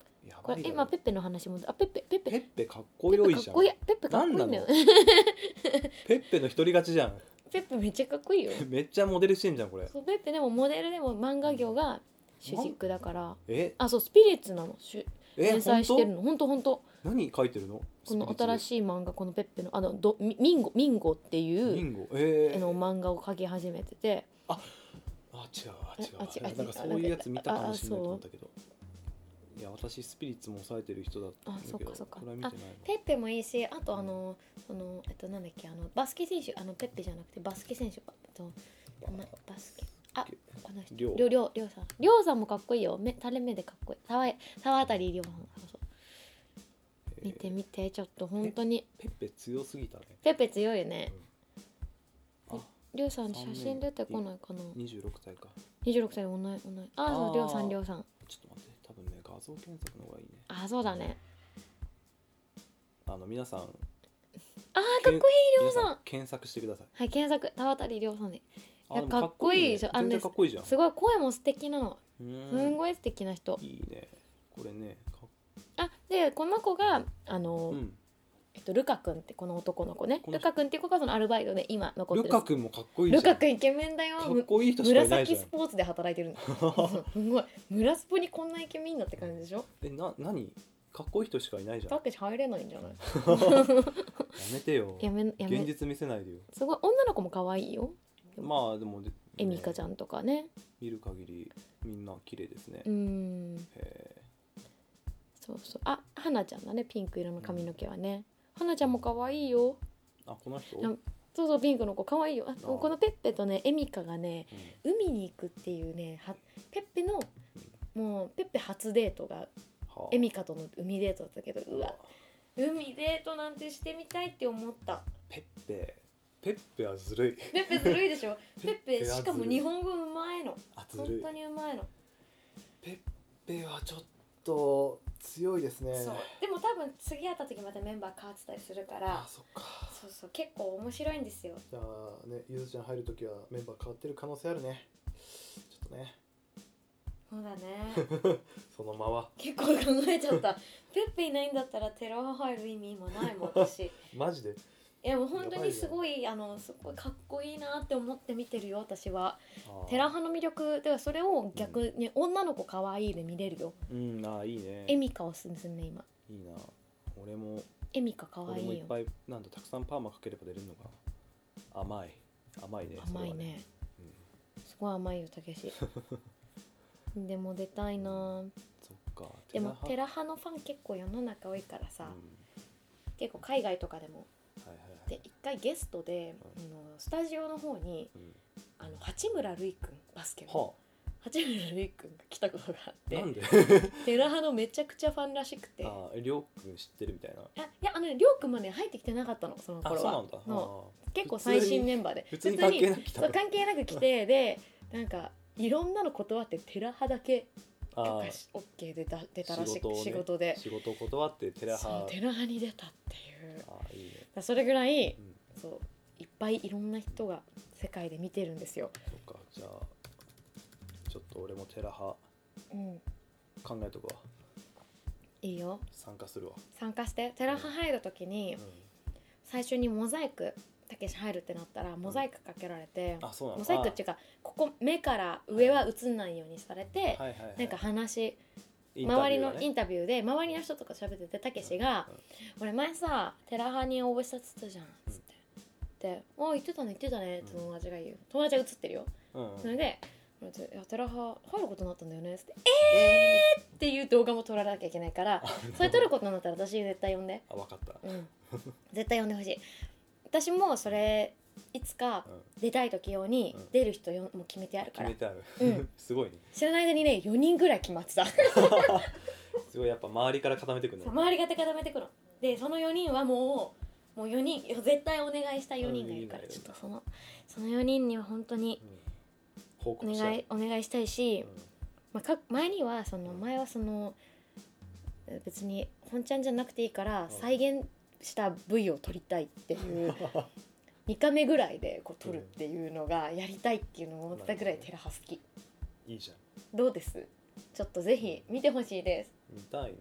これ今ペッペの話もあペッペペッペペッペかっこよいじゃん。 ペッペかっこいいペッペかっこいいんだよペッペの一人勝ちじゃん。 ペッペめっちゃかっこいいよめっちゃモデルしてんじゃんこれ。 そうペッペでもモデルでも漫画業が主軸だからえあそうスピリッツなのしえ連載してるのほんとほんと何書いてるのこの新しい漫画このペッペのあのどミミンゴミンゴっていうミンゴ、えー、 の漫画を描き始めててああ違うあ違うあ違うなんかそういうやつ見たかもしれないと思ったけどいや私スピリッツも抑えてる人だったんだけどあそっかそっかこれは見てないペッペもいいしあとあのそのえっとなんだっけあのバスケ選手あのペッペじゃなくてバスケ選手えっとバスケあこの人りょうりょうりょうりょうさんりょうさんもかっこいいよ目垂れ目でかっこいい沢沢あたりりょうさんそうそう見て見てちょっと本当にペッペ強すぎたねペッペ強いよね、 うん、ありょうさん写真出てこないかなにじゅうろくさいかにじゅうろくさい同い同いあそうりょうさんりょうさんちょっと待って多分ね画像検索の方がいいねあそうだねあの皆さんあーかっこいいりょうさん検索してくださいはい検索田渡りりょうさんでいやあかっこいいでしょかっこいいね全然かっこいいじゃんすごい声も素敵なのうーんすんごい素敵な人いいねこれねかあでこの子があの、 うんえっと、ルカ君ってこの男の子ねこのルカ君っていう子がそのアルバイトで今残ってるルカ君もかっこいいじゃんルカ君イケメンだよかっこいい人しかいないじゃん紫スポーツで働いてるのすごい村スポにこんなイケメンだって感じでしょえな何かっこいい人しかいないじゃんだけじ入れないんじゃないやめてよやめやめ現実見せないでよすごい女の子も可愛いよまあでもでエミカちゃんとかね見る限りみんな綺麗ですねうーんへそうそうあ花ちゃんだねピンク色の髪の毛はね花ちゃんも可愛いよーあこの人いやそうそうピンクの子可愛いよああこのペッペとねエミカがねうん海に行くっていうねはペッペのもうペッペ初デートがはあエミカとの海デートだったけどうわ海デートなんてしてみたいって思ったペッペペッペはずるいペッペずるいでしょペッペペッペはずるいしかも日本語うまいのあずるい本当にうまいのペッペはちょっと強いですねそうでも多分次会った時またメンバー変わってたりするからあそっかそうそう結構面白いんですよじゃあねゆずちゃん入るときはメンバー変わってる可能性あるねちょっとねそうだねそのまま結構考えちゃったペッペいないんだったらテラハ入る意味今ないもん私マジでいやもう本当にすごいあのすごいかっこいいなって思って見てるよ私はテラハの魅力ではそれを逆に女の子可愛いで見れるよ、 うんあいいねエミカおすすめ今いいな俺もエミカ可愛いよ俺もいっぱいなんだたくさんパーマかければ出れるのか甘い甘いね甘いねそれはねすごい甘いよたけしでも出たいなうんそっかでもテララハのファン結構世の中多いからさ、 うん結構海外とかでもはいはいはいで一回ゲストで、 うんあのスタジオの方にうんあの八村塁君バスケのは八村塁君が来たことがあってあなんでテラハのめちゃくちゃファンらしくてあありょうくん知ってるみたいないやあのねりょうくんまで入ってきてなかったのそのあ頃はそうなんだのあ結構最新メンバーで普通に関係なく来たそう関係なく来てでなんかいろんなの断ってテラハだけあ許可ーし OK 出た出たらしく仕事,、 仕事をねで仕事を断ってテラそうハテラハに出たっていうあいいねだからそれぐらい、 うんそういっぱいいろんな人が世界で見てるんですよ、 そっかじゃあちょっと俺もテラハうん、 考えとくわいいよ参加するわ参加してテラハ入る時にうん最初にモザイクたけし入るってなったらモザイクかけられて、 あそうなのモザイクっていうかここ目から上は映んないようにされて、 はいはいはいなんか話インタビュー周りがねのインタビューで周りの人とか喋っててたけしが「俺前さテラハに応募したっつったじゃん」っつって「でお言ってたね言ってたね」って友達が言う友達が映ってるようんうんそれで「いやテラハ入ることになったんだよね」っつって「えー!」っていう動画も撮らなきゃいけないからそれ撮ることになったら私絶対呼んであ分かったうん絶対呼んでほしい私もそれいつかうん出たい時用にうん出る人よもう決めてあるから決めてあるうんすごいね知らない間にねよにんぐらい決まってたすごいやっぱ周りから固めてくるそうの周りが手固めてくのでそのよにんはもうもうよにん絶対お願いしたいよにんがいるからうんちょっとそのそのよにんには本当にうん報お告しちゃう願いお願いしたいし、 うんまあ、か前にはその前はそのえ別に本ちゃんじゃなくていいからん再現した V を撮りたいっていうにかめぐらいでこう撮るっていうのがやりたいっていうのを思ってたぐらいテラハ好きいいじゃんどうですちょっとぜひ見てほしいです見たいね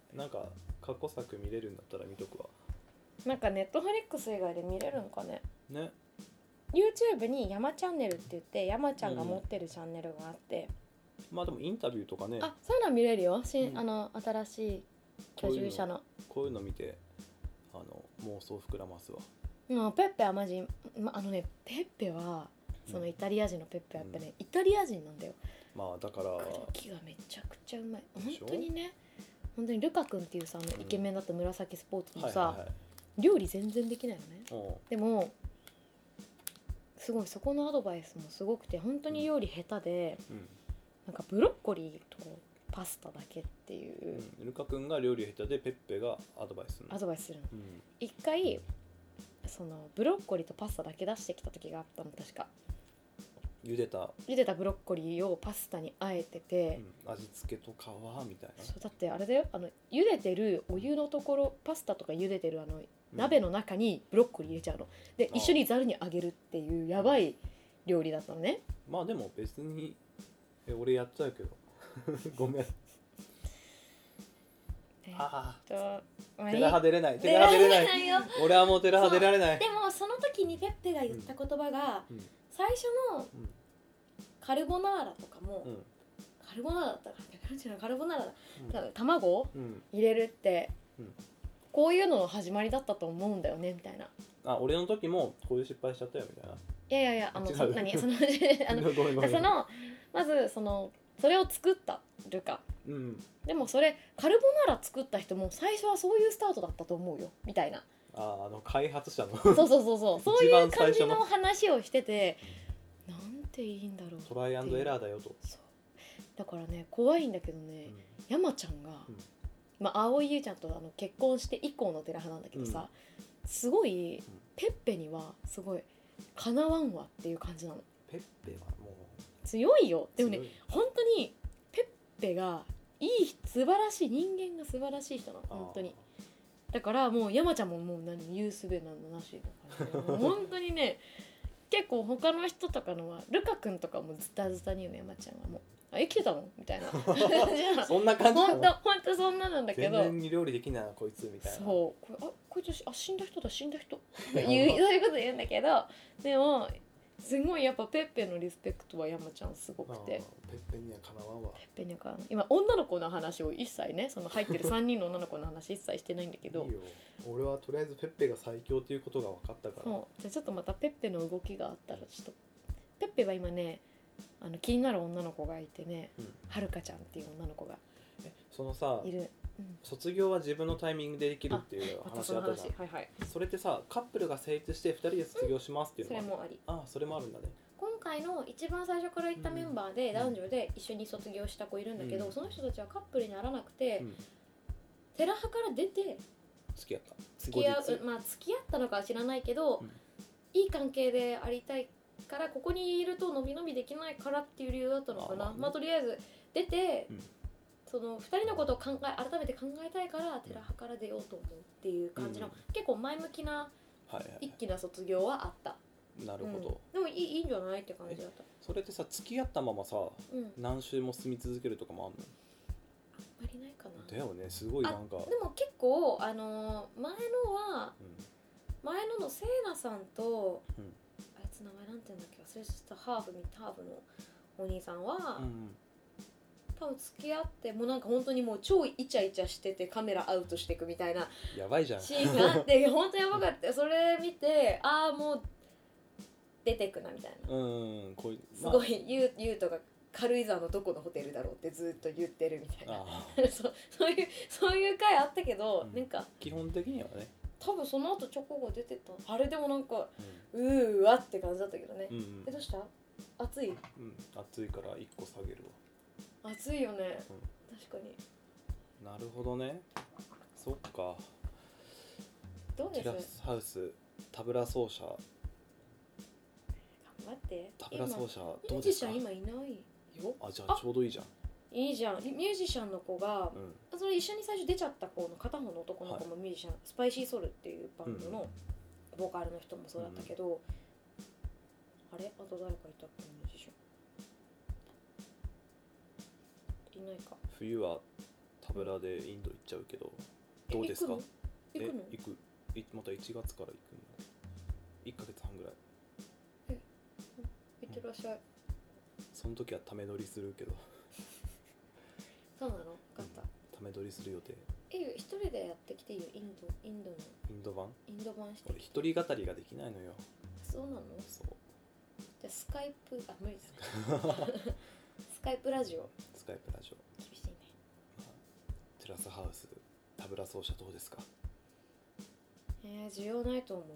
なんか過去作見れるんだったら見とくわ。 なんかネットフリックス以外で見れるんかね。 ね。 YouTube に山チャンネルって言って山ちゃんが持ってるチャンネルがあって、 うん、まあでもインタビューとかね、 あ、そういうの見れるよ。し、 うん、 あの新しい居住者のこういうの見てあの妄想膨らますわ。 うん、ペッペはマジ、ま、あのねペッペはそのイタリア人のペッペはやっぱね、うん、イタリア人なんだよ。 まあだから空気がめちゃくちゃうまい本当にね。本当にルカ君っていうさ、あのイケメンだった紫スポーツもさ、うん、はいはいはい、料理全然できないのね。でもすごいそこのアドバイスもすごくて、本当に料理下手で、うん、なんかブロッコリーとパスタだけっていう、 うん、ルカ君が料理下手でペッペがアドバイスするの。 アドバイスするの、うん、一回そのブロッコリーとパスタだけ出してきた時があったの。確か茹でた茹でたブロッコリーをパスタにあえてて、 うん、味付けとかはみたいな。 そうだってあれだよ、あの茹でてるお湯のところ、パスタとか茹でてるあの鍋の中にブロッコリー入れちゃうので、一緒にざるにあげるっていうやばい料理だったのね。 まあでも別にえ俺やっちゃうけどごめん。ああ、テラハ出れない、テラハ出れない。俺はもうテラハ出られない。 でもその時にペッペが言った言葉が、うん、最初のカルボナーラとかも、うん、カルボナーラだったかな、カルボナーラだ、うん、卵を入れるって、うん、こういうのの始まりだったと思うんだよねみたいな。 あ、俺の時もこういう失敗しちゃったよみたいな。 いやいやいや、あのそ何そのあのそのまずそのそれを作ったルカ、うん、でもそれカルボナーラ作った人も最初はそういうスタートだったと思うよみたいな。 あ、あの開発者のそうそうそうそうそういう感じの話をしてて、なんていいんだろう、 トライアンドエラーだよと。 そうだからね、怖いんだけどね、うん、山ちゃんが、うん、まあ、青井優ちゃんとあの結婚して以降のテラ派なんだけどさ、うん、すごいペッペにはすごいかなわんわっていう感じなの。 ペッペはもう強いよ。でもね、本当にペッペがいい、素晴らしい人間が素晴らしい人なの本当に。だからもう山ちゃんももう何言うすべなんだなしの感じで本当にね、結構他の人とかのはルカ君とかもズタズタに言うの、山ちゃんはもうあ、生きてたのみたいなそんな感じなの。 本当本当そんななんだけど、 全然に料理できないなこいつみたいな。 そうこれ、あ、こいつあ死んだ人だ死んだ人言うそういうこと言うんだけど、でもすごいやっぱペッペのリスペクトは山ちゃんすごくて、 ペッペにはかなわんわ。 ペッペにはかなわん。今女の子の話を一切ね、その入ってるさんにんの女の子の話一切してないんだけどいいよ、俺はとりあえずペッペが最強っていうことが分かったから。 そうじゃあちょっとまたペッペの動きがあったらちょっと、ペッペは今ね、あの気になる女の子がいてね、うん、はるかちゃんっていう女の子がえそのさいる、うん、 卒業は自分のタイミングでできるっていう話あったじゃん。 はいはい、 それってさ、カップルが成立してふたりで卒業しますっていうのも、 うん、それもあり。 あ、それもあるんだね。 今回の一番最初から行ったメンバーで男女で一緒に卒業した子いるんだけど、うん、その人たちはカップルにならなくて、うん、テラ派から出て付き合った付き合う、まあ付き合ったのかは知らないけど、うん、いい関係でありたいからここにいると伸び伸びできないからっていう理由だったのかな。あ、まあね、まあとりあえず出て、うん、そのふたりのことを考え改めて考えたいからテラ派から出ようと思うっていう感じの、うん、結構前向きな一気な卒業はあった。 なるほど、 うん、でもいい、いいんじゃないって感じだった。 それってさ、付き合ったままさ、うん、何週も住み続けるとかもあるの？ あんまりないかな。 だよね、すごいなんか。 でも結構あのー、前のは、うん、前ののせいなさんと、うん、あいつ名前なんて言うんだっけ、忘れちゃった、ハーフみハーフのお兄さんは、うん、多分付き合ってもうなんか本当にもう超イチャイチャしててカメラアウトしていくみたいなやばいじゃんシーンがあって本当やばかった。それ見て、ああもう出てくなみたいな、うんこういう、まあ、すごいゆうゆうとが軽井沢のどこのホテルだろうってずっと言ってるみたいなそ, そういうそういう回あったけど、うん、なんか基本的にはね、 多分その後チョコが出てたあれでもなんか、うん、うーわって感じだったけどね、うんうん、えどうした暑い、 うん、暑いからいっこ下げるわ。暑いよね、うん、確かに。 なるほどね、そっか。 どうです？ テラスハウスタブラ奏者、 待ってタブラ奏者どうですか？ミュージシャン今いないよ。 あ、じゃあちょうどいいじゃん。 いいじゃん。ミュージシャンの子が、うん、それ一緒に最初出ちゃった子の片方の男の子もミュージシャン、はい、スパイシーソルっていうバンドのボーカルの人もそうだったけど、うん、あれあと誰かいたっけミュージシャンいないか。 冬はタブぶらでインド行っちゃうけど、どうですか？ え、行くの？ え、行く。いまたいちがつから行くの。いっかげつはんぐらい。 え、行ってらっしゃい、うん、 その時はため撮りするけどそうなの？分かった、 ため撮りする予定。 え、一人でやってきていいよ。インド、インドのインド版インド版して。 俺一人語りができないのよ。 そうなの？ そう。 じゃあスカイプ、あ、無理ですねスカイプラジオ。 スカイプラジオ厳しいね、 まあ、テラスハウスタブラ奏者どうですか？ えー、需要ないと思う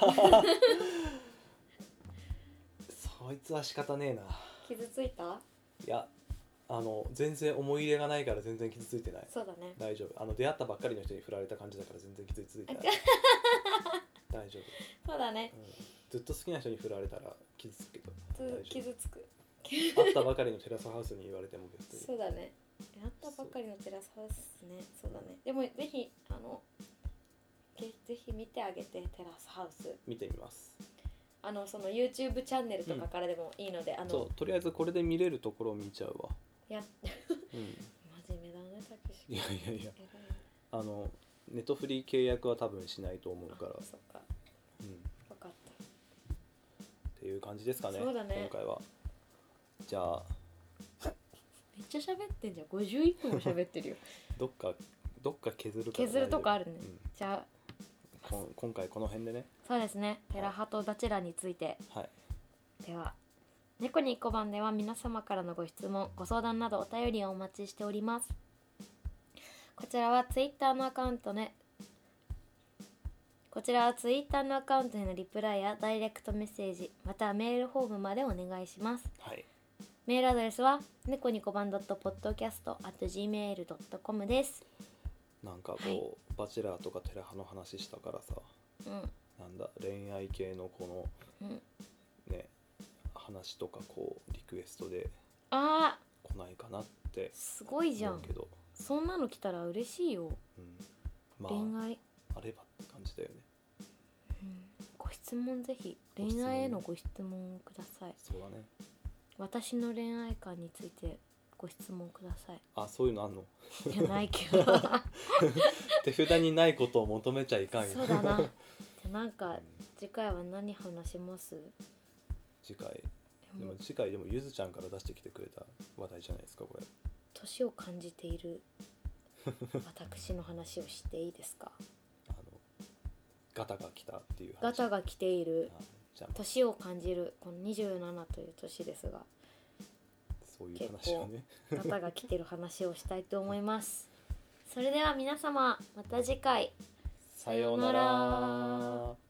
そいつは仕方ねえな。 傷ついた？ いや、あの全然思い入れがないから全然傷ついてない。 そうだね、 大丈夫。あの出会ったばっかりの人に振られた感じだから全然傷ついてない大丈夫。 そうだね、 うん、ずっと好きな人に振られたら傷つくけど傷つく会ったばかりのテラスハウスに言われても別に。 そうだね、会ったばかりのテラスハウスね。そうだね。でもぜひあのぜひ見てあげて、テラスハウス見てみます。 あのその YouTube チャンネルとかからでもいいので、うん、あのそうとりあえずこれで見れるところを見ちゃうわ。いや、 うん、真面目だね、たけし。 いやいやいや、あのネットフリー契約は多分しないと思うから。 そっか、うん、分かったっていう感じですかね。 そうだね、 今回は。じゃあめっちゃ喋ってんじゃん。ごじゅういっぷんも喋ってるよどっかどっか削るか削るとこあるね、うん、じゃあこ今回この辺でね。 そうですね、テラハとバチェラについて、はい、では猫に小判では皆様からのご質問ご相談などお便りをお待ちしております。こちらはツイッターのアカウントねこちらはツイッターのアカウントへのリプライやダイレクトメッセージ、またはメールフォームまでお願いします。はい、メールアドレスは猫にこばん .podcast アット ジーメール ドットコム です。 なんかこう、はい、バチェラーとかテラハの話したからさ、うん、なんだ恋愛系のこの、うん、ね話とかこうリクエストで来ないかなってすごいじゃん。けどそんなの来たら嬉しいよ、うん、 まあ、恋愛あればって感じだよね、 うん、ご質問ぜひ恋愛へのご質問ください。 そうだね、 私の恋愛観についてご質問ください。 あ、そういうのあんの？ いや、ないけど手札にないことを求めちゃいかんよ。 そうだな。じゃなんか次回は何話します？ 次回でも次回でもゆずちゃんから出してきてくれた話題じゃないですかこれ。 年を感じている私の話をしていいですか？ あのガタが来たっていう話。 ガタが来ている年を感じるこのにじゅうななという年ですが、 そういう話をね、 ガタが来てる話をしたいと思いますそれでは皆様また次回、 さようなら。